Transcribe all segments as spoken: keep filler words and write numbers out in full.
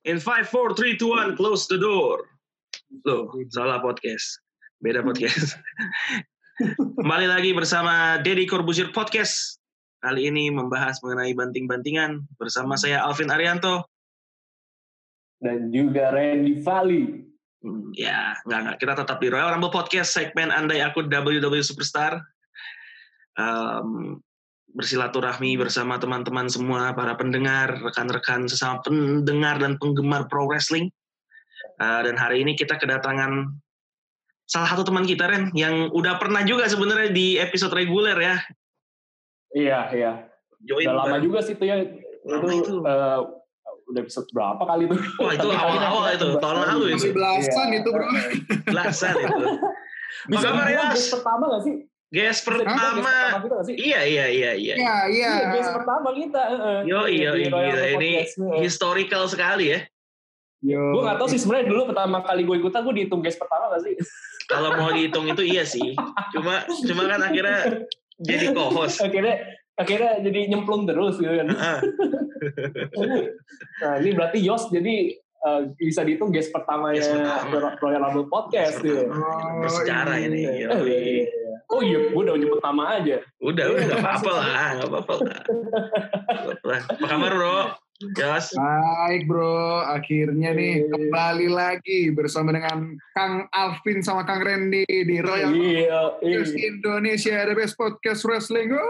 In five, four, three, two, one, close the door. Loh, salah podcast. Beda podcast. Kembali lagi bersama Deddy Corbuzier Podcast. Kali ini membahas mengenai banting-bantingan bersama saya Alvin Arianto. Dan juga Randy Valley. Hmm, ya, enggak, enggak. Kita tetap di Royal Rumble Podcast, segmen Andai Aku W W E Superstar. Um, bersilaturahmi bersama teman-teman semua, para pendengar, rekan-rekan sesama pendengar dan penggemar pro wrestling. Uh, dan hari ini kita kedatangan salah satu teman kita, Ren, yang udah pernah juga sebenarnya di episode reguler ya. Iya, iya. Join udah lama bareng. juga sih itu ya. Lama itu, itu. Uh, udah episode berapa kali itu? Wah, itu awal-awal itu, tahun lalu itu. Masih belasan iya. itu, bro. Belasan itu. Apa kabar, Yas? Guys pertama gak sih? Guys pertama. pertama kita gak sih? Iya, iya, iya, iya. Iya, iya. Iya, guys pertama kita. Uh, Yo, iya, di iya. Royal Gila. Ini Podcast, uh. historical sekali ya. Yo. Gue gak tau sih sebenarnya dulu pertama kali gue ikutan gue dihitung guys pertama gak sih? Kalau mau dihitung itu iya sih. Cuma cuma kan akhirnya jadi co-host. akhirnya akhirnya jadi nyemplung terus gitu kan. Uh-huh. Nah ini berarti Yos jadi uh, bisa dihitung guest pertamanya Guest pertama. Royal Rumble Podcast gitu. Oh, Bersejarah iya. ini. Eh, Yoi. iya. Oh iya, gue udah nyebut nama aja. Udah, udah nggak apa-apa lah, nggak apa-apa lah. Nggak apa-apa lah. Apa kabar, bro? Yos. Baik, bro. Akhirnya nih kembali lagi bersama dengan Kang Alvin sama Kang Randy di Royal Iya, Podcast iya. Indonesia, the best podcast wrestling. Oh.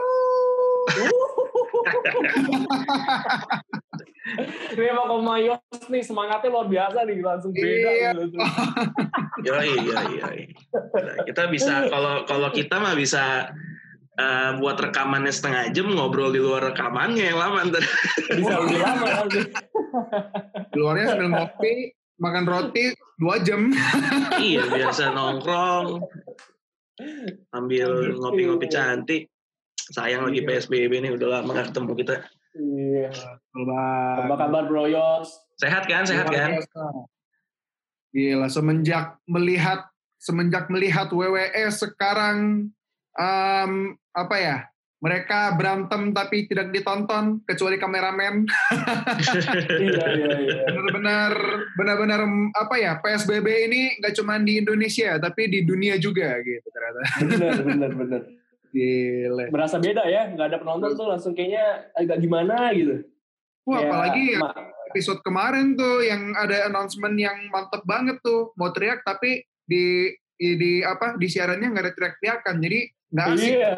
Ini emang Koma Yos nih semangatnya luar biasa nih, langsung beda. Iya. Gitu. Yoi, yoi, yoi. Nah, kita bisa, kalau kalau kita mah bisa uh, buat rekamannya setengah jam, ngobrol di luar rekamannya yang lama ntar. Bisa lebih lama nanti. Keluarnya sambil ngopi, makan roti dua jam. Iya, biasa nongkrong, ambil ngopi-ngopi cantik. Sayang lagi P S B B nih, udah lama gak ketemu kita. Iya. Coba. Apa kabar Bro Yos? Sehat kan, sehat kan? Gila, semenjak melihat semenjak melihat W W E sekarang um, apa ya? Mereka berantem tapi tidak ditonton kecuali kameramen. Iya, iya, iya. Benar-benar benar-benar apa ya? P S B B ini nggak cuma di Indonesia tapi di dunia juga gitu ternyata. Bener, bener, bener. Gile. Berasa beda ya, nggak ada penonton tuh langsung kayaknya agak gimana gitu. Wah, ya, apalagi yang ma- episode kemarin tuh yang ada announcement yang mantep banget tuh, mau teriak tapi di di, di apa di siarannya nggak ada teriak-teriakan, jadi nggak asik. Iya.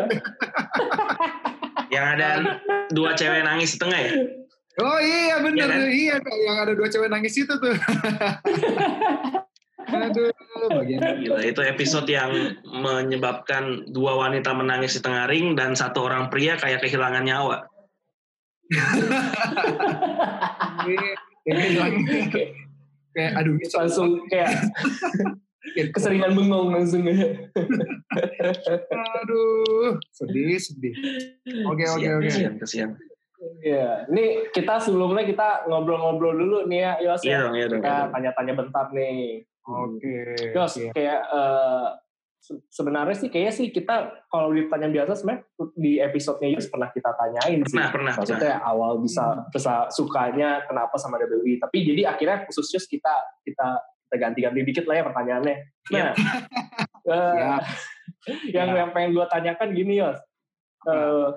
Yang ada dua cewek nangis setengah ya? Oh iya bener, Iya kan? iya yang ada dua cewek nangis itu tuh. Aduh, bagian Gila, itu episode yang menyebabkan dua wanita menangis di tengah ring dan satu orang pria kayak kehilangan nyawa. kayak hilang, kayak aduh bisa Langsung kayak keseringan bengong langsung. aduh sedih sedih. Oke oke Kesian, oke. kesian, kesian. Iya, ini kita sebelumnya kita ngobrol-ngobrol dulu nih ya, Yos. Iya ya. dong, iya dong. Kita tanya-tanya bentar nih. Oke. Yos, Oke. kayak uh, se- sebenarnya sih kayaknya sih kita kalau ditanya biasa sebenarnya di episode-nya Yos pernah kita tanyain sih. Pernah, pernah, Maksudnya awal bisa bisa sukanya kenapa sama W W E. Tapi jadi akhirnya khusus Yos kita kita kita ganti-ganti dikit lah ya pertanyaannya. Nah, uh, Siap. yang Siap. yang pengen gue tanyakan gini Yos. Uh,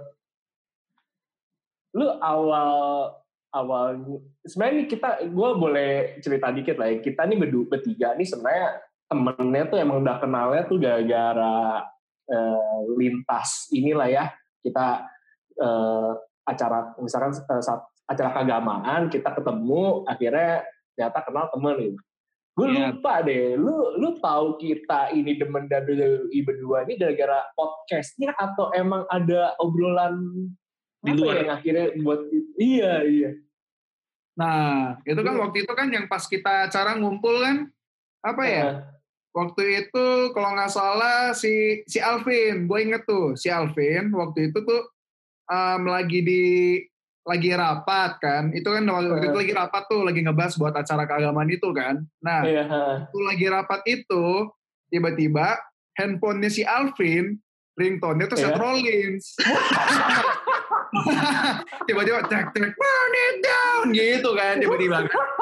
lu awal awal sebenarnya nih kita gue boleh cerita dikit lah ya, kita nih berdua bertiga nih sebenarnya temennya tuh emang udah kenalnya tuh gara-gara uh, lintas inilah ya, kita uh, acara misalkan uh, saat acara keagamaan kita ketemu akhirnya ternyata kenal temen gitu. Gue Yeah. lupa deh, lu lu tahu kita ini demen W W E berdua ini gara-gara podcastnya atau emang ada obrolan Di apa luar. yang akhirnya buat iya iya. Nah, itu kan waktu itu kan yang pas kita acara ngumpul kan, apa ya? Nah, Waktu itu kalau nggak salah si si Alvin, gue inget tuh si Alvin waktu itu tuh um, lagi di lagi rapat kan, itu kan waktu itu lagi rapat tuh, lagi ngebahas buat acara keagamaan itu kan. Nah, iya. waktu lagi rapat itu tiba-tiba handphonenya si Alvin ringtone-nya tuh Seth Iya. Rollins. Tiba-tiba tek tek burn it down gitu kan tiba-tiba.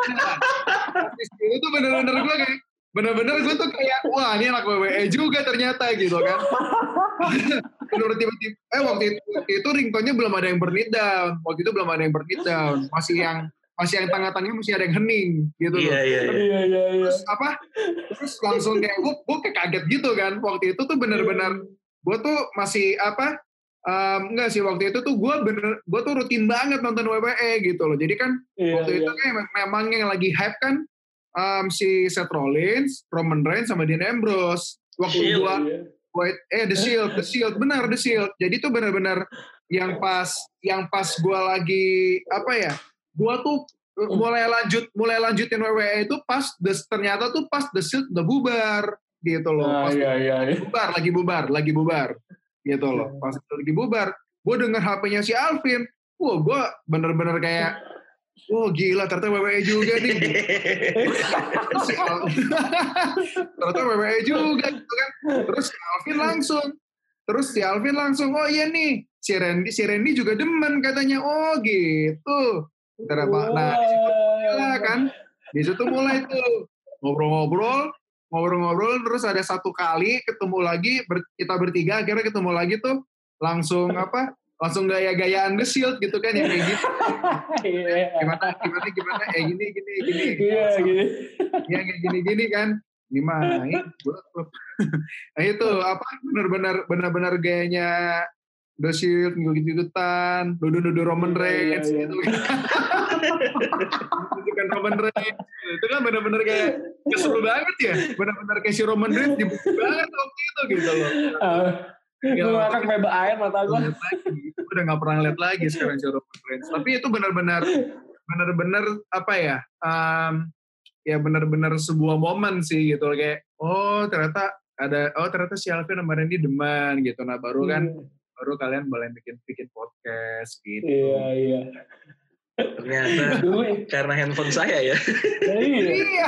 Itu bener-bener gue kayak bener-bener gue tuh kayak wah ini anak W W E juga ternyata gitu kan. Menurut tiba-tiba eh waktu itu waktu itu ringtone-nya belum ada yang burn it down. Waktu itu belum ada yang burn it down. Masih yang masih yang tengah-tengahnya masih ada yang hening gitu loh. Iya iya iya iya. Terus apa? Terus langsung kayak gue gue kayak kaget gitu kan. Waktu itu tuh bener-bener gue tuh masih apa? Um, enggak sih waktu itu tuh gue bener gue tuh rutin banget nonton W W E gitu loh. Jadi kan Iya, waktu iya. itu kan memang yang lagi hype kan um, si Seth Rollins, Roman Reigns sama Dean Ambrose. Waktu Shield, gua iya. wait, eh The Shield, The Shield benar The Shield. Jadi tuh benar-benar yang pas yang pas gua lagi apa ya? Gua tuh uh, mulai lanjut mulai lanjutin W W E itu pas the, ternyata tuh pas The Shield udah bubar gitu loh. Nah, Pas iya iya iya. bubar, lagi bubar, lagi bubar gitu loh. Pas lagi bubar, gue denger H P-nya si Alvin, wah gue bener-bener kayak, wah gila ternyata W W E juga nih. Terus si Al- ternyata W W E juga gitu kan. Terus si Alvin langsung, terus si Alvin langsung, oh iya nih, si Randy, si Randy juga demen katanya, oh gitu. Ternyata, nah di situ mulai kan, di situ mulai tuh ngobrol-ngobrol, ngobrol-ngobrol terus ada satu kali ketemu lagi ber, kita bertiga akhirnya ketemu lagi tuh langsung apa langsung gaya-gayaan The Shield gitu kan ya kayak gitu Iya. gimana gimana gimana eh gini gini gini Iya gini. ya kayak gini gini kan gimana ini nah itu apa benar-benar benar-benar gayanya The Shield gitu-gitutan nuduh-nuduh Roman Reigns Iya, iya, iya. gitu itu kan Roman Reigns itu kan benar-benar kayak keseru banget ya benar-benar kayak si Roman Reigns dibuka banget waktu itu gitu loh Uh, gue ngakak sampai air mata gue. gue udah gak pernah lihat lagi sekarang si Roman Reigns tapi itu benar-benar benar-benar apa ya um, ya benar-benar sebuah momen sih gitu kayak oh ternyata ada oh ternyata si Alvin sama Randy deman gitu nah baru kan baru kalian boleh bikin bikin podcast gitu. Iya iya. Ternyata karena handphone saya ya. Iya.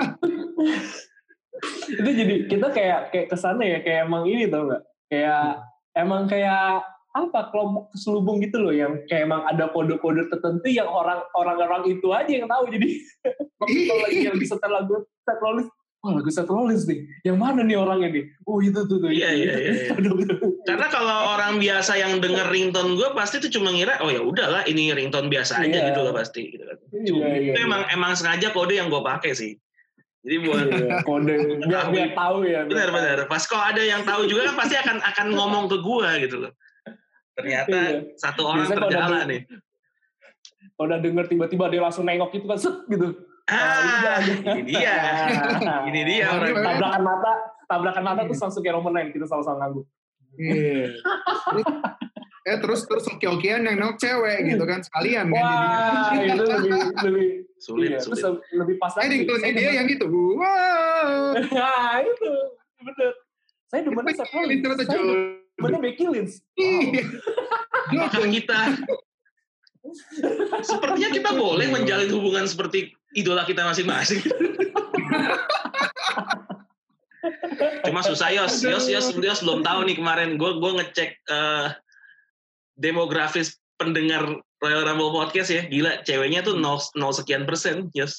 Itu jadi kita kayak kayak kesana ya kayak emang ini tau nggak? Kayak emang kayak apa kelompok keselubung gitu loh yang kayak emang ada kode-kode tertentu yang orang orang-orang itu aja yang tahu jadi kalau lagi yang bisa setel lagu Seth Rollins, oh lagu Seth Rollins nih, yang mana nih orangnya nih? Oh itu tuh tuh. Iya iya iya. Karena kalau orang biasa yang denger ringtone gue pasti tuh cuma ngira oh ya udahlah ini ringtone biasa aja Iya. gitu lah pasti gitu kan. Iya, Cuma iya, itu iya. emang emang sengaja kode yang gue pakai sih. Jadi buat Iya, kode biar biar tahu ya. benar-benar pas kalau ada yang tahu juga kan pasti akan akan ngomong ke gue gitu loh. Ternyata Iya. satu orang Biasanya kalau terjalan udah- nih. Kalau udah denger tiba-tiba dia langsung nengok gitu kan set gitu. Ah, ini dia. Ini dia orang. Tabrakan mata, tabrakan mata tuh langsung kayak Roman Reigns kita sama-sama ngangguk. Iya. Terus, eh terus terus oke-okean yang nengok cewek gitu kan sekalian kan jadinya. Wah, itu lebih lebih Sulit, iya, sulit. terus lebih pas Eh lagi. ringtone Saya dia demen- yang gitu. Wow. Nah, itu bener. Saya demennya Seth Ini Rollins. ternyata Saya jodoh. demennya Becky Lynch. Iya. Apakah kita sepertinya kita boleh menjalin hubungan seperti idola kita masing-masing. Cuma susah Yos, Yos, Yos, Yos belum tahu nih kemarin gue gue ngecek uh, demografis pendengar Royal Rumble Podcast ya, gila ceweknya tuh nol, nol sekian persen Yos.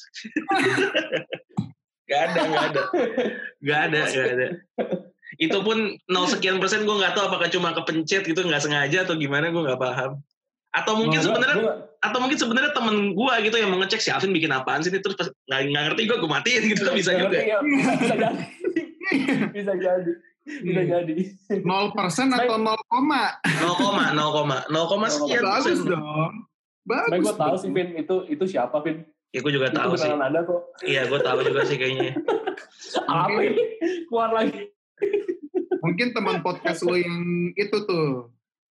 Gak ada, gak ada, gak ada, gak ada. Itu pun nol sekian persen gue nggak tahu apakah cuma kepencet gitu nggak sengaja atau gimana gue nggak paham. Atau mungkin sebenarnya atau mungkin sebenarnya temen gue gitu yang mau ngecek si Alvin bikin apaan sih terus nggak nggak ngerti gue gue matiin gitu kan bisa juga. Ya, bisa jadi. Bisa jadi. Bisa jadi. nol persen atau nol koma? nol koma nol koma nol koma sekian Bagus persen. dong. Baik Bagus. gue tahu dong. sih Vin itu itu siapa Vin? Ya gue juga Itu tahu sih. beneran ada kok. Iya gue tahu juga sih kayaknya. Apa ini? Keluar lagi. Mungkin teman podcast lo yang itu tuh.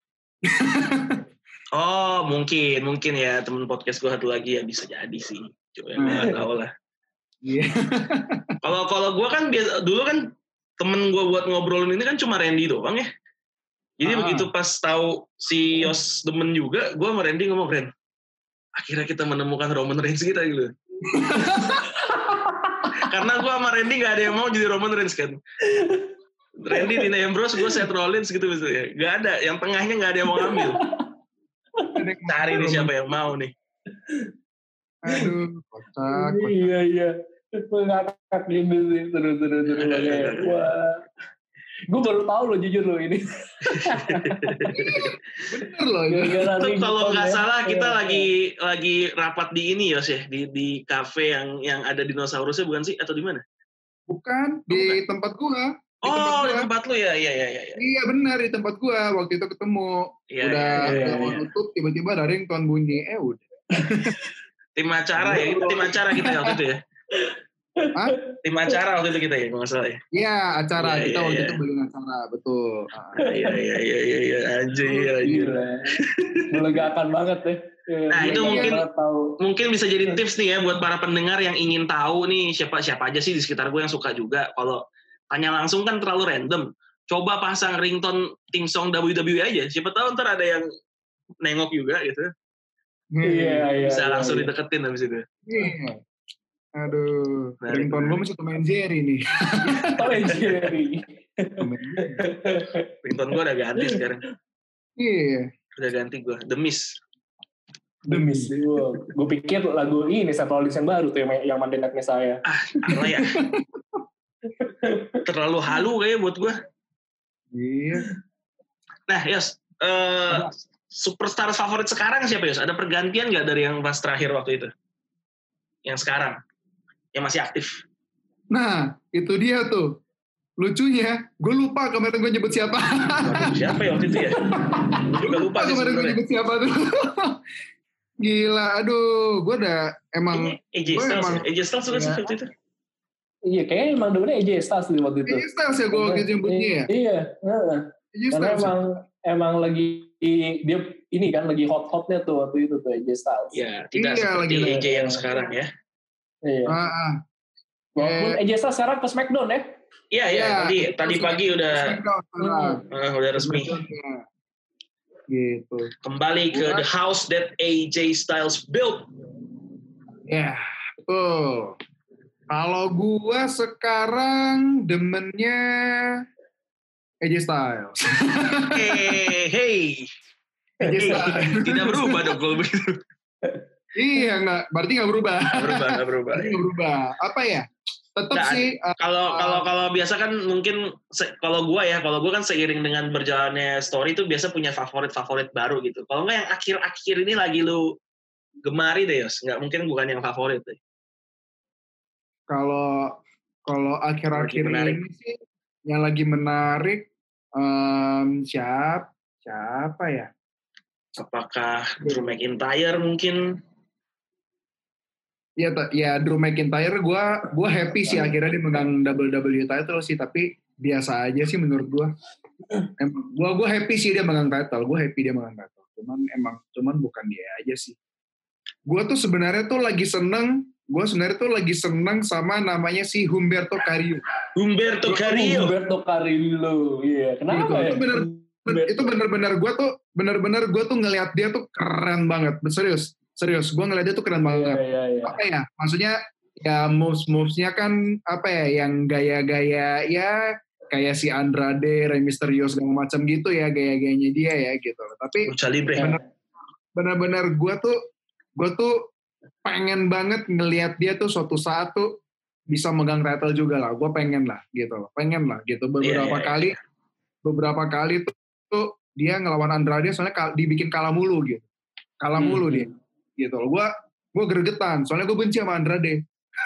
Oh mungkin mungkin ya temen podcast gue satu lagi ya bisa jadi sih. Coba gue nggak tahu lah. Iya. Kalau kalau gue kan biasa dulu kan temen gue buat ngobrolin ini kan cuma Randy doang ya. Jadi Ah. begitu pas tahu si Yos demen juga, gue sama Randy ngomong Ren, akhirnya kita menemukan Roman Reigns kita gitu. Karena gue sama Randy nggak ada yang mau jadi Roman Reigns kan. Randy, Dean Ambrose, gue Seth Rollins gitu misalnya. Gak ada, yang tengahnya nggak ada yang mau ngambil. Cari nih siapa yang mau nih. Aduh, kocak, kocak. Iya, iya. Ngakak gitu sih, seru-seru seru banget. Wah. Gue baru tahu loh jujur loh ini. Bener loh. Itu kalau nggak ya. salah kita ya, lagi ya. lagi rapat di ini Yos ya, di di kafe yang yang ada dinosaurusnya bukan sih atau di mana? Bukan, di bukan? tempat gua. Di oh, tempat gua. Di tempat lu ya, iya iya iya. Iya benar di tempat gua waktu itu ketemu. Ya, udah ya, ya, udah mau ya. nutup tiba-tiba ada ringtone bunyi. Eh udah. Tim acara ya, tim acara kita waktu itu ya. Hah? Tim acara waktu itu kita ya, nggak salah ya. Iya acara ya, kita ya, waktu ya. itu bagian acara betul. Iya iya iya iya iya anjir anjir. Melegakan banget deh. Ya, nah itu mungkin tahu. mungkin bisa jadi tips nih ya buat para pendengar yang ingin tahu nih siapa siapa aja sih di sekitar gue yang suka juga. Kalau tanya langsung kan terlalu random. Coba pasang ringtone tim song W W E aja. Siapa tahu ntar ada yang nengok juga gitu. Iya, iya. Bisa iya, langsung iya. dideketin habis itu. Iya. Aduh, Menarik, ringtone gue masih Tom and Jerry nih. Tom and Jerry. Ringtone gue udah ganti sekarang. Iya. Udah ganti gue, The Mist. The Mist. Gue pikir lagu ini Seth Rollins yang baru tuh yang, yang Monday Night Messiah. Ah, apa ya? Terlalu halu kayaknya buat gue. Iya. Nah, Yos, uh, superstar favorit sekarang siapa Yos? Ada pergantian nggak dari yang pas terakhir waktu itu? Yang sekarang, yang masih aktif. Nah, itu dia tuh. Lucunya, gue lupa kemarin gue nyebut siapa. Waduh, siapa ya waktu itu ya? Gue juga lupa sih kemarin gue nyebut siapa tuh. Gila, aduh, gue udah emang. A J Styles ya? A J Styles juga sih waktu itu. Iya, kayaknya emang demennya A J Styles di waktu itu. A J Styles ya gue waktu itu nyebutnya ya? Iya, nah. Karena emang emang lagi dia ini kan lagi hot-hotnya tuh waktu itu tuh A J Styles. Iya, tidak iya, seperti lagi A J yang sekarang ya. Iya. Ah, ah. Walaupun eh. A J Styles sekarang ke SmackDown ya. Iya, iya. Ya, tadi tadi pagi udah hmm. uh, udah resmi. Gitu. Kembali ke Bukan. The House That A J Styles Built. Ya, betul. Kalau gua sekarang demennya A J Styles. Hey, hey. A J Styles. Tidak berubah dong kalau begitu. Iya, enggak. Berarti enggak berubah. Enggak berubah, enggak berubah. Berarti enggak berubah. Apa ya? Tetap sih. Kalau uh, kalau uh, kalau biasa kan mungkin se, kalau gua ya, kalau gua kan seiring dengan berjalannya story itu biasa punya favorit-favorit baru gitu. Kalau enggak yang akhir-akhir ini lagi lu gemari deh, Yos. Enggak mungkin bukan yang favorit deh. Kalau kalau akhir-akhir ini sih yang lagi menarik um, siapa siapa ya? Apakah Drew McIntyre mungkin? Ya, ya Drew McIntyre gue gue happy sih akhirnya dia megang W W E title sih, tapi biasa aja sih menurut gue. Emang gue gue happy sih dia megang title, gue happy dia megang title. Cuman emang cuman bukan dia aja sih. Gue tuh sebenarnya tuh lagi seneng, gue sebenarnya tuh lagi seneng sama namanya si Humberto Carrillo. Humberto Carrillo. Humberto Carrillo, iya. Kenapa gitu. ya? Itu bener, bener itu bener-bener gue tuh bener-bener gue tuh ngelihat dia tuh keren banget, serius. Serius, gue ngeliat dia tuh keren banget. Yeah, yeah, yeah. Apa ya? Maksudnya ya moves-movesnya kan apa ya? Yang gaya-gaya ya kayak si Andrade, Rey Mysterio segala macam gitu ya gaya-gayanya dia ya gitu. Tapi benar-benar gue tuh gue tuh pengen banget ngelihat dia tuh suatu saat tuh bisa megang title juga lah. Gue pengen lah gitu loh. Pengen lah gitu. Beberapa yeah, yeah, kali, yeah. beberapa kali tuh, tuh dia ngelawan Andrade soalnya kal- dibikin kalah mulu gitu. Kalah hmm, mulu hmm. dia. Gitu loh, gue gue gregetan, soalnya gue benci sama Andrade.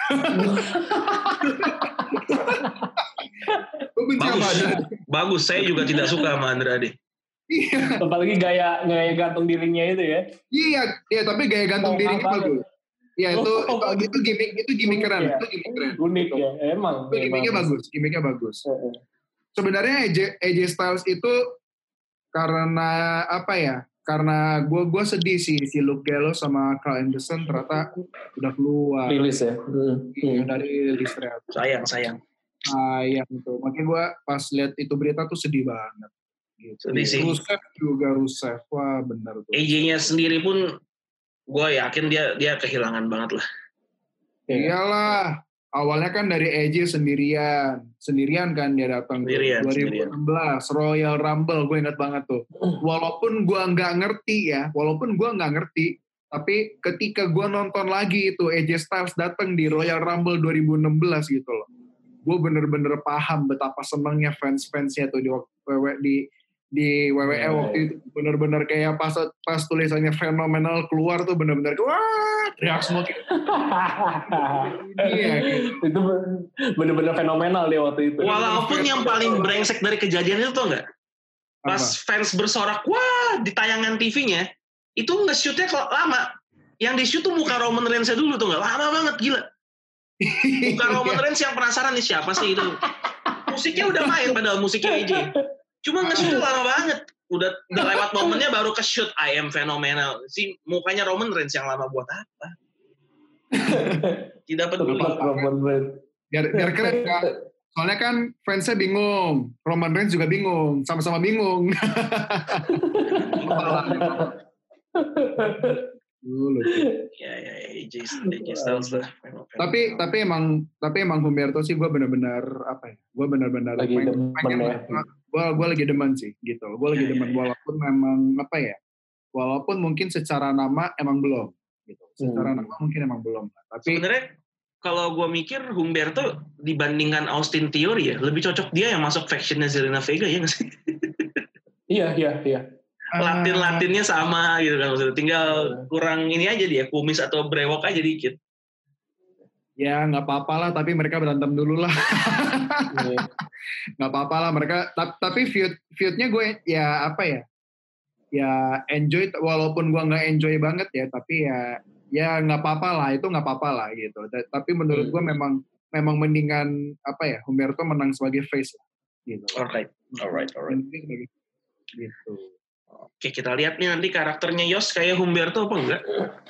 Gue benci bagus, sama Andrade. Bagus, saya juga tidak suka sama Andrade. Iya. Apalagi gaya gaya gantung dirinya itu ya. Iya, iya tapi gaya gantung oh, dirinya bagus. Iya itu, oh, itu itu gimmick itu gimmick keren, ya. itu gimmick keren. Unik ya, emang. Itu gimmicknya bagus, gimmicknya bagus. Uh-uh. Sebenarnya A J, A J Styles itu karena apa ya? Karena gue gue sedih sih si Luke Gallows sama Carl Anderson ternyata udah keluar. Rilis ya. Hmm. Iya, dari rilis ternyata. Sayang sayang. Sayang tuh. Makanya gue pas lihat itu berita tuh sedih banget. Gitu. Sedih sih. Rusev juga Rusev, wah benar tuh. A J-nya sendiri pun gue yakin dia dia kehilangan banget lah. Iyalah. awalnya kan dari A J sendirian, sendirian kan dia datang Sendirian, dua ribu enam belas Royal Rumble, gue ingat banget tuh. Walaupun gue nggak ngerti ya, walaupun gue nggak ngerti, tapi ketika gue nonton lagi itu A J Styles datang di Royal Rumble dua ribu enam belas gitu loh, gue bener-bener paham betapa senangnya fans-fansnya tuh di di di W W E Yeah. waktu itu, bener-bener kayak pas pas tulisannya fenomenal keluar tuh bener-bener wah teriak semua gitu. Iya, gitu. Itu bener-bener fenomenal dia waktu itu. Walaupun yang paling brengsek dari kejadian itu tuh nggak, pas Apa? fans bersorak wah di tayangan T V-nya itu nge-shootnya kok lama. Yang di-shoot tuh muka Roman Reigns dulu tuh nggak, lama banget gila. Muka Roman Reigns yang penasaran nih siapa sih itu. Musiknya udah main padahal musiknya A J. Cuma nge-shootnya lama banget. Udah, udah lewat momennya baru ke-shoot I am phenomenal. Si mukanya Roman Reigns yang lama buat apa? Tidak peduli. Biar, biar keren kan. Soalnya kan fansnya bingung. Roman Reigns juga bingung. Sama-sama bingung. Dulu. Ya ya A J A J Styles lah. Tapi tapi emang tapi emang Humberto sih gue benar-benar apa ya? Gue benar-benar lagi pengen, pengen ya. gue gue lagi demen sih gitu. Gue lagi Ya, demen ya, ya. walaupun memang apa ya? Walaupun mungkin secara nama emang belum gitu. Secara Hmm. nama mungkin emang belum. Tapi Sebenarnya kalau gue mikir Humberto dibandingkan Austin Theory ya lebih cocok dia yang masuk factionnya Zelina Vega ya nggak sih? Iya, iya, iya. Latin-latinnya sama gitu kan maksudnya. Tinggal kurang ini aja dia kumis atau brewok aja dikit. ya nggak apa-apa lah. Tapi mereka berantem dulu lah. Iya. Nggak apa-apa lah mereka. Tapi feud feudnya gue ya apa ya? Ya enjoy walaupun gue nggak enjoy banget ya. Tapi ya ya nggak apa-apa lah. Itu nggak apa-apa lah gitu. Tapi menurut gue memang memang mendingan apa ya? Humberto menang sebagai face lah. Gitu. Alright, alright, alright. Gitu. Oke, kita lihat nih nanti karakternya Yos kayak Humberto apa enggak?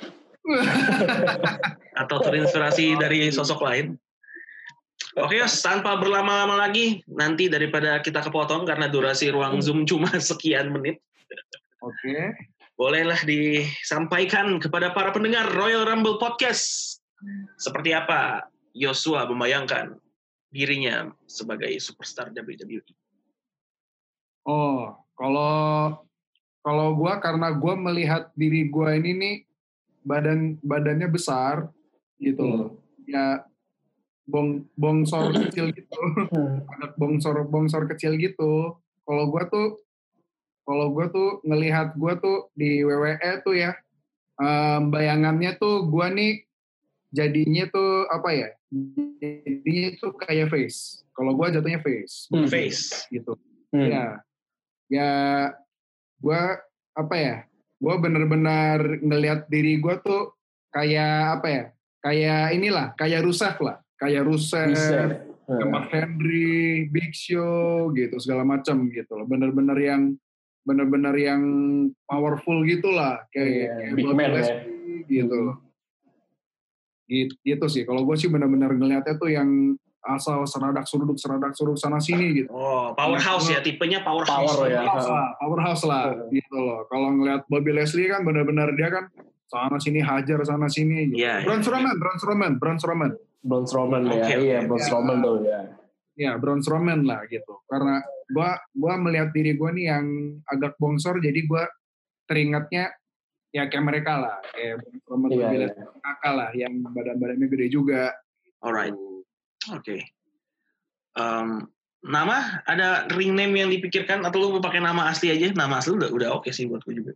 Atau terinspirasi dari sosok lain? Oke Yos, tanpa berlama-lama lagi, nanti daripada kita kepotong karena durasi ruang Zoom cuma sekian menit. Oke. Bolehlah disampaikan kepada para pendengar Royal Rumble Podcast. Seperti apa Yosua membayangkan dirinya sebagai superstar W W E? Oh, kalau kalau gue karena gue melihat diri gue ini nih badan badannya besar gitu loh. Ya bong bongsor kecil gitu. Anak bongsor bongsor kecil gitu. Kalau gue tuh kalau gue tuh ngelihat gue tuh di W W E tuh ya um, bayangannya tuh gue nih jadinya tuh apa ya? Jadinya tuh kayak face. Kalau gue jatuhnya face. Hmm. Face gitu. Hmm. Ya. Ya gue apa ya? Gue bener-bener ngelihat diri gue tuh kayak apa ya? Kayak inilah, kayak Rusev lah, kayak Rusev, kayak Mark Henry, Big Show gitu segala macam gitu loh. Bener-bener yang bener-bener yang powerful gitulah, kayak, yeah, kayak big man ya. Gitu loh. Gitu, gitu sih. Kalau gue sih bener-bener ngelihatnya tuh yang asal seradak suruduk seradak suruduk sana sini gitu. Oh, powerhouse ya, tipenya powerhouse. Power ya. Powerhouse lah, powerhouse lah gitu loh. Kalau ngelihat Bobby Lashley kan benar-benar dia kan sana sini hajar sana sini gitu. Yeah, Braun yeah, Strowman, Braun Strowman, Braun Strowman. Braun Strowman ya. Okay, Iya, okay. Braun Strowman tuh ya. Ya, Braun Strowman lah gitu. Karena gua gua melihat diri gua nih yang agak bongsor jadi gua teringatnya ya kayak mereka lah, kayak Braun Strowman, Iya, Bobby iya. Lashley kakak lah yang badan-badannya gede juga. Alright. Oke. Okay. Um, nama ada ring name yang dipikirkan atau lu mau pakai nama asli aja? Nama asli udah udah oke okay sih buatku juga.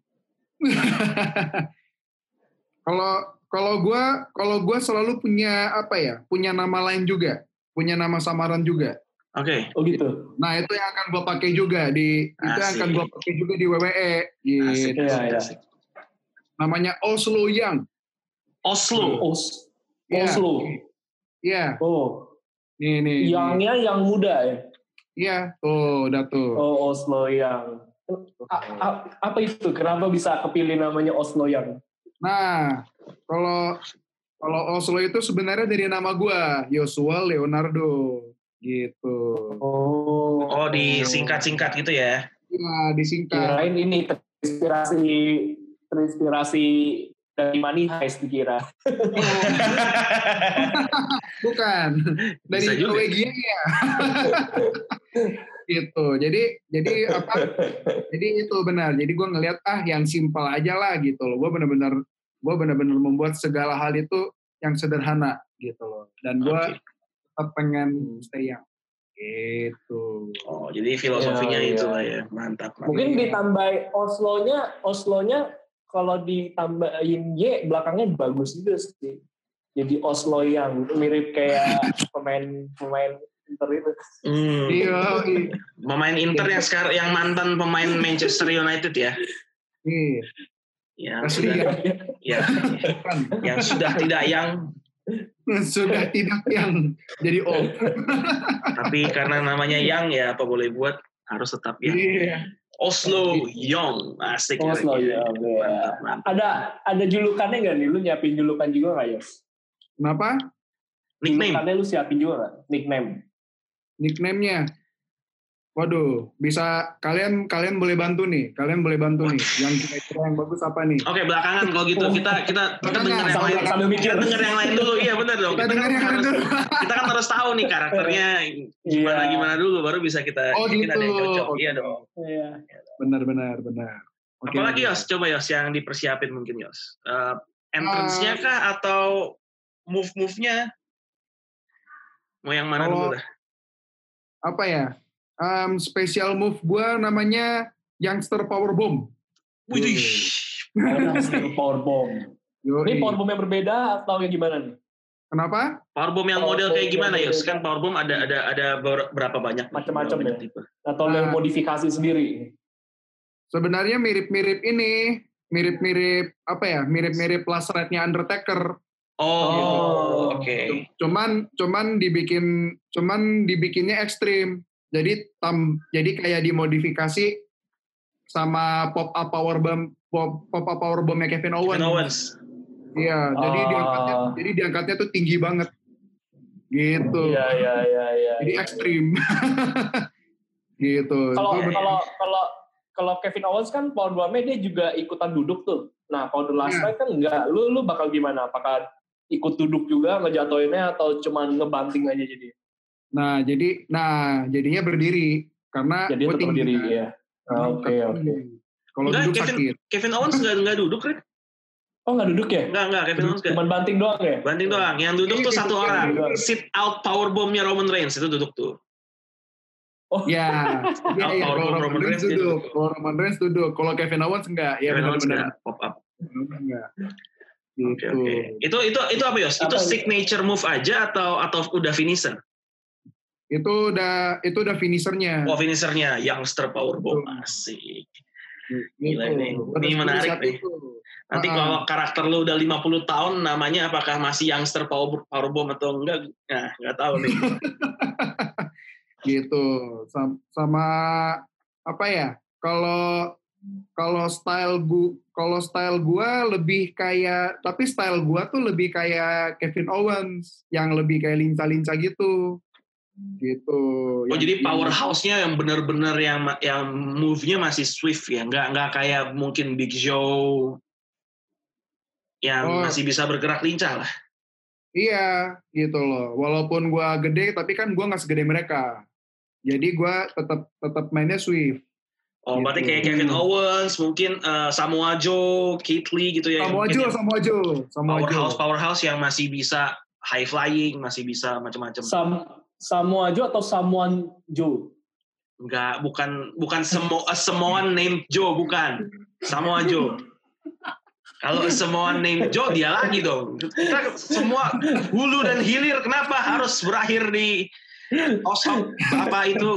Kalau kalau gue kalau gue selalu punya apa ya? Punya nama lain juga, punya nama samaran juga. Oke. Oh gitu. Nah itu yang akan gue pakai juga di itu yang akan gue pakai juga di W W E. Gitu. Asik, Iya, asik, iya. asik. Namanya Oslo Young. Oslo. Os Iya. Oslo. Iya. Oh. Nih nih. Yangnya yang muda ya. Iya. Tuh, udah tuh. Oh, Oslo Yang. A- a- apa itu? Kenapa bisa kepilih namanya Oslo Yang? Nah, kalau kalau Oslo itu sebenarnya dari nama gue, Joshua Leonardo, gitu. Oh. Oh, disingkat-singkat gitu ya? Iya, disingkat. Kirain ini terinspirasi terinspirasi dari Money Heist dikira. Bukan. Dari Norwegia ya. Gitu. Jadi jadi apa? Jadi itu benar. Jadi gue ngelihat ah yang simpel aja lah gitu loh. Gue benar-benar gue benar-benar membuat segala hal itu yang sederhana gitu loh. Dan gue okay. tetap pengen stay yang gitu. Oh, jadi filosofinya ya, itu lah ya. Mantap. Mungkin ditambah Oslo-nya, Oslo-nya kalau ditambahin Y belakangnya bagus juga sih. Jadi Oslo yang mirip kayak pemain-pemain Inter itu. Hmm. Iya. Pemain Inter yang sekarang yang mantan pemain Manchester United ya. Iya. Yang sudah, ya, yang sudah tidak yang sudah tidak yang jadi old. Tapi karena namanya yang ya apa boleh buat harus tetap yang. Iya. Oslo Young, asik. Oslo Young, ya. Ada ada julukannya nggak nih? Lu nyiapin julukan juga nggak, Yos? Kenapa? Nickname. Julukannya lu siapin juga nggak? Nickname. Nickname-nya? Waduh, bisa kalian kalian boleh bantu nih, kalian boleh bantu nih. Yang kira-kira yang bagus apa nih? Oke, belakangan kalau gitu kita kita kita dengar yang lain. Sambil mikir. Kita dengar yang lain dulu, iya benar dong. Kita, kita dengar kan yang harus, lain dulu. Kita kan harus tahu nih karakternya gimana yeah. gimana dulu, baru bisa kita oh, kita gitu. ada yang cocok. Okay. Iya dong. Iya. Benar benar benar. Okay, apalagi Yos, coba Yos yang dipersiapin mungkin Yos. Uh, entrance-nya kah uh, atau move-move-nya? Mau yang mana oh, dulu dah? Apa ya? Um, special move gue namanya Youngster Power Bomb. Wih, Youngster Power Bomb. Ini power bomb yang berbeda atau yang gimana nih? Kenapa? Power bomb yang power model kayak gimana ya? Kan power bomb ada ada ada berapa banyak? Macam-macam ya. Tipe. Atau nah, yang modifikasi sendiri? Sebenarnya mirip-mirip ini, mirip-mirip apa ya? Mirip-mirip last ride-nya Undertaker. Oh, gitu. Oke. Okay. Cuman cuman dibikin cuman dibikinnya ekstrim. Jadi tam, jadi kayak dimodifikasi sama pop up power bomb pop, pop up power bombnya Kevin Owens. Kevin Owens. Iya, uh, jadi diangkatnya jadi diangkatnya tuh tinggi banget. Gitu. Iya iya iya iya. Jadi ekstrim. Gitu. Kalau kalau kalau kalau Kevin Owens kan power bombnya dia juga ikutan duduk tuh. Nah, kalau the last yeah. kan enggak. Lu lu bakal gimana? Apakah ikut duduk juga ngejatoinnya atau cuma ngebanting aja jadi? Nah, jadi nah jadinya berdiri karena jadi tetap berdiri kan? Ya. Oke, oke. Kalau duduk Kevin, sakit. Kevin Owens enggak enggak duduk, Rik? Oh, enggak duduk ya? Enggak, enggak, Kevin Owens enggak. Cuma banting doang ya? Banting doang. Yang duduk tuh satu orang. Sit out power bomb-nya Roman Reigns itu duduk tuh. Oh. Ya. Iya, iya. Kalau Roman, Roman Reigns duduk. Kalau Roman Reigns duduk. Kalau Kevin Owens enggak. Ya benar-benar pop up. Enggak. Gitu. Oke, oke. Itu itu itu apa, Yos? Itu signature move aja atau atau udah finisher? Itu udah itu udah finishernya. Oh, finishernya Youngster Power Bomb. Asik. Gila ini. Ini menarik nih. Nanti uh-huh. kalau karakter lu udah lima puluh tahun namanya apakah masih Youngster Power Power Bomb atau enggak? Nah, enggak tahu nih. Gitu. Sama, sama apa ya? Kalau kalau style gua kalau style gua lebih kayak tapi style gua tuh lebih kayak Kevin Owens yang lebih kayak lincah-lincah gitu. Gitu. Oh, yang, jadi powerhouse-nya yang benar-benar yang yang move-nya masih swift ya, nggak nggak kayak mungkin Big Show yang oh, masih bisa bergerak lincah lah. Iya, gitu loh. Walaupun gua gede, tapi kan gua nggak segede mereka. Jadi gua tetap tetap mainnya swift. Oh, gitu. Berarti kayak Kevin Owens, mungkin uh, Samoa Joe, Keith Lee gitu ya. Samoa Joe, Samoa Joe, Samoa Joe. Powerhouse, Joe. powerhouse yang masih bisa high flying, masih bisa macam-macam. Sam Samoa Joe atau Samoan Joe? Enggak, bukan bukan semua Samoan named Joe, bukan. Samoa Joe. Kalau Samoan named Joe dia lagi dong. Kita semua hulu dan hilir kenapa harus berakhir di osok apa itu?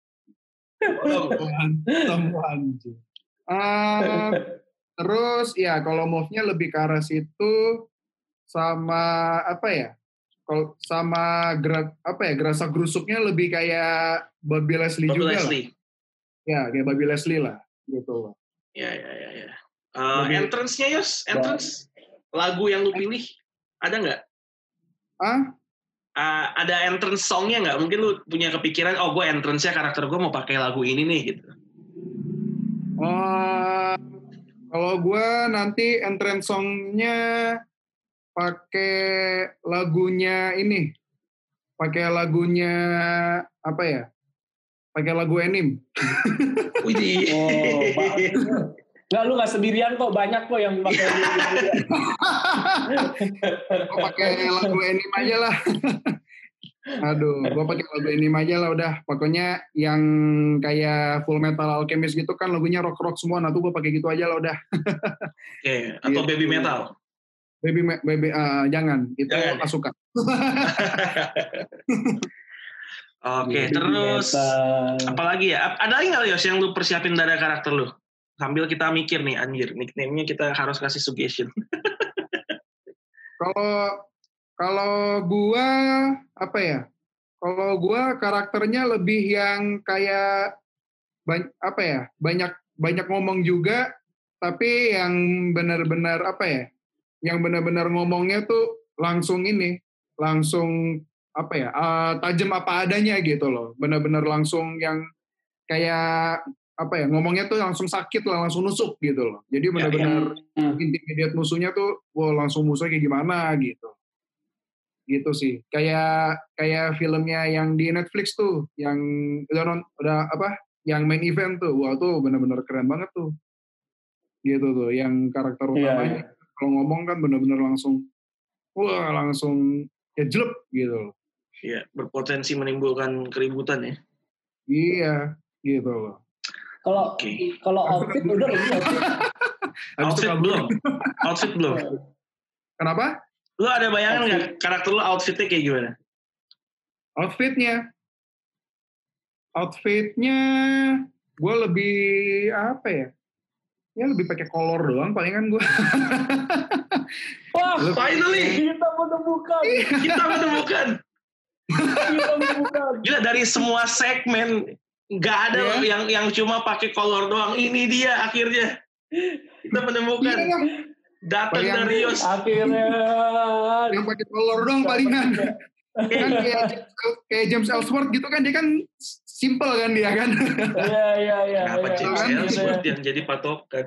Samoan Joe. Uh, terus ya kalau move-nya lebih ke arah situ sama apa ya? Kalau sama gerak apa ya gerasa gerusuknya lebih kayak Bobby Leslie Bobby juga Leslie. lah. Ya kayak Bobby Leslie lah gitu loh. Ya ya ya ya. Uh, entrance-nya Yos, entrance ya. Lagu yang lu pilih ada nggak? Ah? Uh, ada entrance songnya nggak? Mungkin lu punya kepikiran, oh gue entrance-nya karakter gue mau pakai lagu ini nih gitu. Uh, Kalau gue nanti entrance song-nya pakai lagunya ini, pakai lagunya apa ya? Pakai lagu Enim. Widih. Oh, nggak, lu nggak sendirian kok, banyak kok yang pakai lagu gitu. Gue pakai lagu Enim aja lah. Aduh, gue pakai lagu Enim aja lah udah. Pokoknya yang kayak Full Metal Alchemist gitu kan lagunya rock-rock semua. Nah tuh gue pakai gitu aja lah udah. Oke, okay. Atau gitu. Baby metal? Baby, baby uh, jangan. Itu jangan, gak ya? Suka. Oke, okay, terus apalagi ya? Ada lagi nggak Yos yang lu persiapin dari karakter lu? Sambil kita mikir nih, anjir, nickname-nya kita harus kasih suggestion. Kalau kalau gua apa ya? Kalau gua karakternya lebih yang kayak banyak apa ya? Banyak banyak ngomong juga, tapi yang benar-benar apa ya? Yang benar-benar ngomongnya tuh langsung ini, langsung apa ya, uh, tajam apa adanya gitu loh, benar-benar langsung yang kayak apa ya, ngomongnya tuh langsung sakit lah, langsung nusuk gitu loh, jadi benar-benar ya, ya. Intimidate musuhnya tuh, wah langsung musuhnya kayak gimana gitu, gitu sih, kayak kayak filmnya yang di Netflix tuh, yang udah udah apa, yang main event tuh, wah tuh benar-benar keren banget tuh, gitu tuh, yang karakter utamanya, ya, ya. Kalau ngomong kan benar-benar langsung, wah langsung ya jelek gitu loh. Iya, berpotensi menimbulkan keributan ya. Iya, gitu loh. Kalau okay. kalau outfit udah belum? Outfit belum. Outfit belum. Kenapa? Lu ada bayangan nggak karakter lu outfitnya kayak gimana? Outfitnya, outfitnya, gue lebih apa ya? Ya lebih pakai kolor doang, palingan gue. Wah, finally kita menemukan. Kita menemukan. Gila, dari semua segmen nggak ada yeah. yang yang cuma pakai kolor doang. Ini dia akhirnya kita menemukan yeah. datang dari Yos. Akhirnya yang pakai kolor doang palingan. Kan kayak kayak James Ellsworth gitu kan, dia kan simple kan dia kan. Iya iya iya. Kenapa ya, James kan? Ellsworth yang jadi patokan?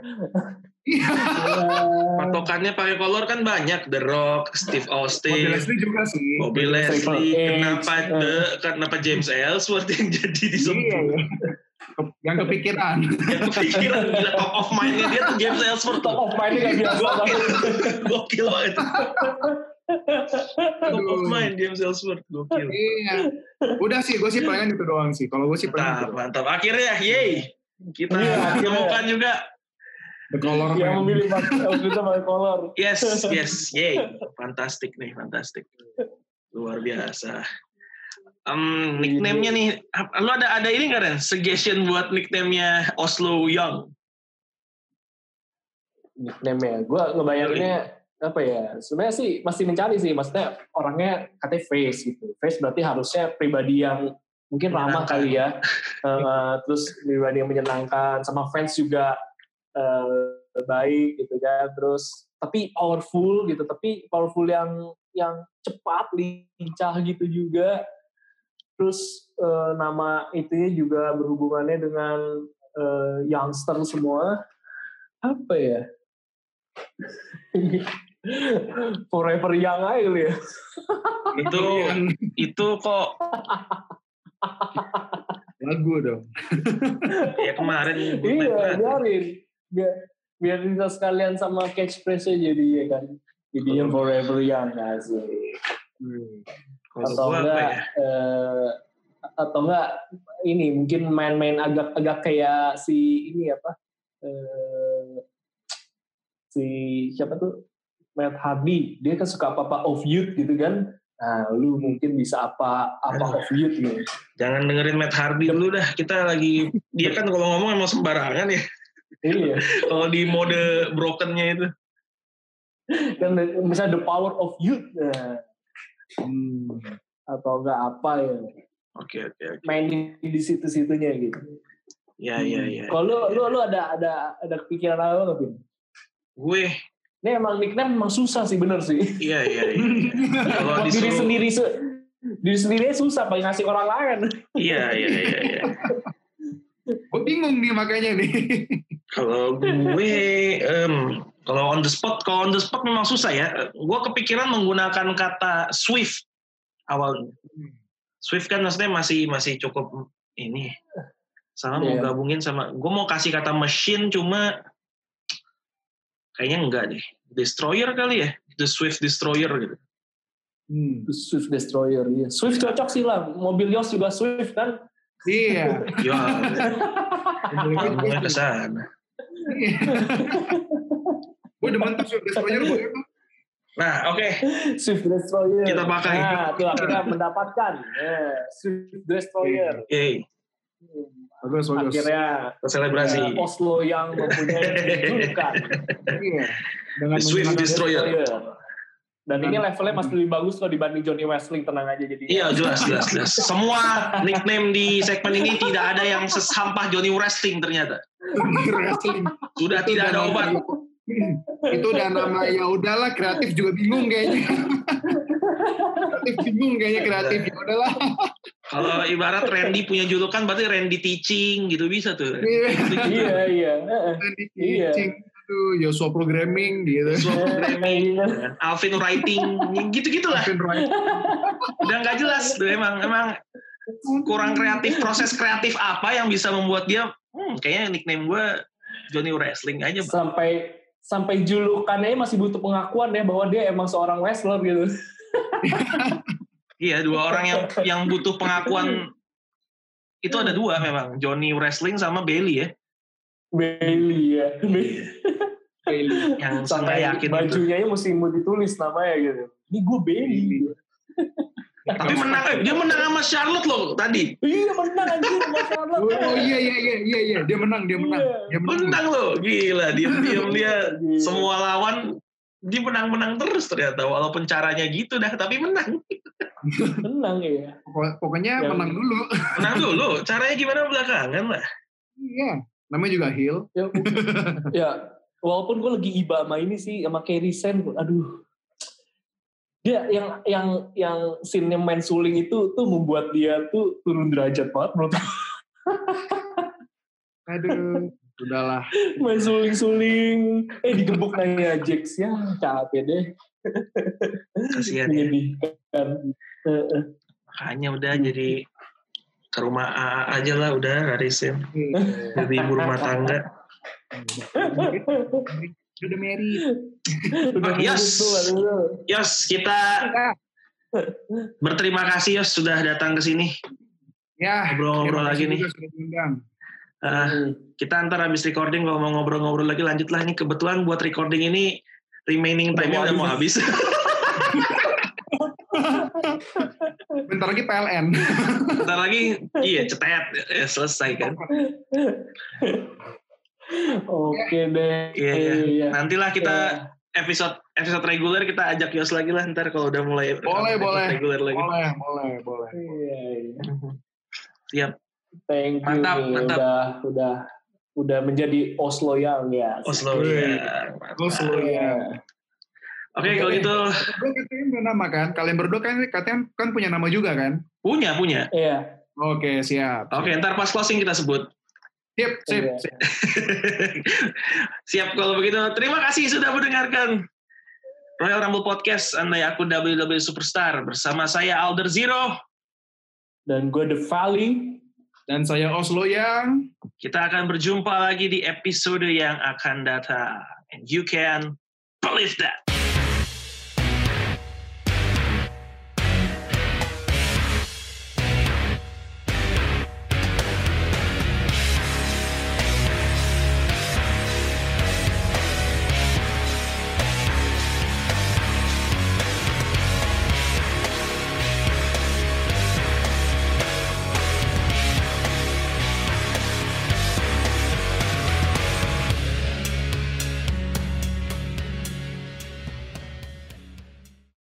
Patokannya pakai kolor kan banyak, The Rock, Steve Austin, Bobby Leslie juga sih. Bobby Leslie. Kenapa the, kenapa James Ellsworth yang jadi disebut? Iya, iya. Yang kepikiran. Yang kepikiran, gila, top of mind-nya dia tuh James Ellsworth. Top of mind-nya gak biasa banget. Gokil banget. Top of mind James Ellsworth, gokil. Iya. Udah sih, gue sih palingan itu doang sih. Kalau gue sih palingan mantap, mantap. Akhirnya, yeay. Kita menemukan juga. Color yang memilih outfitnya pakai color. Yes, yes, yay, fantastik nih, fantastik, luar biasa. Um, nickname-nya nih, lu ada ada ini nggak Ren? Suggestion buat nickname-nya Oslo Young? Nickname-nya, gue ngebayanginnya apa ya? Sebenarnya sih masih mencari sih, maksudnya orangnya katanya face gitu. Face berarti harusnya pribadi yang mungkin ramah kali ya, uh, terus pribadi yang menyenangkan, sama fans juga. Uh, baik gitu kan, terus tapi powerful gitu, tapi powerful yang yang cepat, lincah gitu juga, terus uh, nama itunya juga berhubungannya dengan uh, youngster semua, apa ya, forever young aja kali ya. Itu itu kok lagu dong. Ya kemarin iya biarin biar, biar bisa sekalian sama catchphrase-nya jadi ya kan, jadi yang forever young asik. Hmm. Atau enggak ya? eh, atau enggak ini mungkin main-main agak-agak kayak si ini apa eh, si siapa tuh Matt Hardy, dia kan suka apa-apa of youth gitu kan. Nah, lu mungkin bisa apa apa of youth gitu. Jangan dengerin Matt Hardy dulu dah, kita lagi dia kan kalau ngomong emang sembarangan ya. Iya. Kalau di mode brokennya itu. Kan misalnya the power of youth. Nah. Hmm. Atau enggak apa ya. Oke, oke, oke. Main di, di situ-situnya gitu. Ya, hmm. ya, ya. Kalau lu, lu lu ada ada ada kepikiran apa enggak, Bin? Gue ini emang nickname emang susah sih, bener sih. Iya, iya, iya. Kalau diri sendiri diri sendiri susah paling ngasih orang lain. Iya, iya, iya, iya. Gue bingung nih makanya nih. Kalau gue, um, kalau on the spot, kalau on the spot memang susah ya. Gue kepikiran menggunakan kata Swift awalnya. Swift kan maksudnya masih masih cukup ini. Sama yeah. mau gabungin sama, gue mau kasih kata machine cuma kayaknya enggak deh. Destroyer kali ya, The Swift Destroyer gitu. Hmm. The Swift Destroyer, iya. Swift cocok sih lah. Mobil Yos juga Swift kan? Iya. Ya. Ngomongnya ke sana. Gue demen tuh Swift Destroyer gue. Nah, oke. Okay. Swift Destroyer. Kita pakai. Nah, itu akhirnya mendapatkan yeah. Swift Destroyer. Oke. Okay. Bagus, bagus. Akhirnya selebrasi ya, Oslo yang mempunyai julukan. Iya. Dengan The Swift Destroyer. Destroyer. Dan ini levelnya masih lebih bagus loh dibanding Johnny Wrestling, tenang aja jadi. Iya, jelas, jelas, jelas. Semua nickname di segmen ini tidak ada yang sesampah Johnny Wrestling ternyata. Johnny Wrestling. Sudah itu tidak ada obat. Itu udah nama, ya udahlah, kreatif juga bingung kayaknya. kreatif bingung kayaknya kreatif, ya udahlah. Kalau ibarat Randy punya julukan berarti Randy Teaching gitu bisa tuh. Iya, iya. Randy Teaching. Tuh, Yosua Programming gitu. Yosua Programming, Alvin Writing, gitu-gitulah. Alvin Writing. Udah nggak jelas, tuh emang emang kurang kreatif. Proses kreatif apa yang bisa membuat dia, hmm, kayaknya nickname gue Johnny Wrestling aja. Bang. Sampai sampai julukannya masih butuh pengakuan ya bahwa dia emang seorang wrestler gitu. Iya, dua orang yang yang butuh pengakuan itu ada dua memang, Johnny Wrestling sama Bailey ya. Bailey ya. Bailey yang sampai yakin bajunya mesti mau ditulis namanya gitu. Ini gue Bailey. Tapi menang, dia menang sama Charlotte loh tadi. Iya menang anjir sama Charlotte. Oh iya iya iya iya iya dia menang dia menang. Dia menang, menang loh, gila diam-diam dia semua lawan dia menang-menang terus ternyata walaupun caranya gitu dah tapi menang. Menang ya. Pokoknya ya, menang dulu. Menang dulu. Caranya gimana belakangan lah. Iya. Namanya juga heel. Ya, ya walaupun gue lagi iba sama ini sih sama Kerry Sen, aduh. Dia yang yang yang scene-nya main suling itu tuh membuat dia tuh turun derajat banget menurut gue. Aduh, udahlah. Main suling-suling, eh digebuk nanya Jax ya, capek deh. Kasihan ya. Makanya udah jadi ke rumah A A aja lah udah Arisin. Jadi ibu rumah tangga. Udah married. Udah yes. Yos, kita berterima kasih Yos sudah datang ke sini. Ya, ngobrol-ngobrol lagi nih. Uh, kita antar habis recording kalau mau ngobrol-ngobrol lagi lanjutlah. Ini kebetulan buat recording ini remaining time-nya udah mau habis. Bentar lagi P L N. Bentar lagi, iya cetet, ya, selesai kan. Oke deh. Iya, iya. iya. Nantilah kita ya. episode episode reguler kita ajak Yos lagi lah ntar kalau udah mulai. Boleh, boleh. Reguler lagi. Boleh, boleh, boleh. Iya, iya. Siap. Thank you. Mantap, nih. mantap. Udah, udah, udah menjadi Oslo yang ya. Oslo yang. Oslo yang. Oke, okay, kalau gitu. Berdua katanya punya nama kan? Kalian berdua kan katanya kan punya nama juga kan? Punya, punya. Iya. Oke, siap. Oke, okay, ntar pas closing kita sebut. Siap, siap, iya. siap. Siap kalau begitu. Terima kasih sudah mendengarkan Royal Rumble Podcast Andai Aku W W E Superstar bersama saya Alder Zero dan gue The Valley dan saya Oslo yang. Kita akan berjumpa lagi di episode yang akan datang. And you can believe that.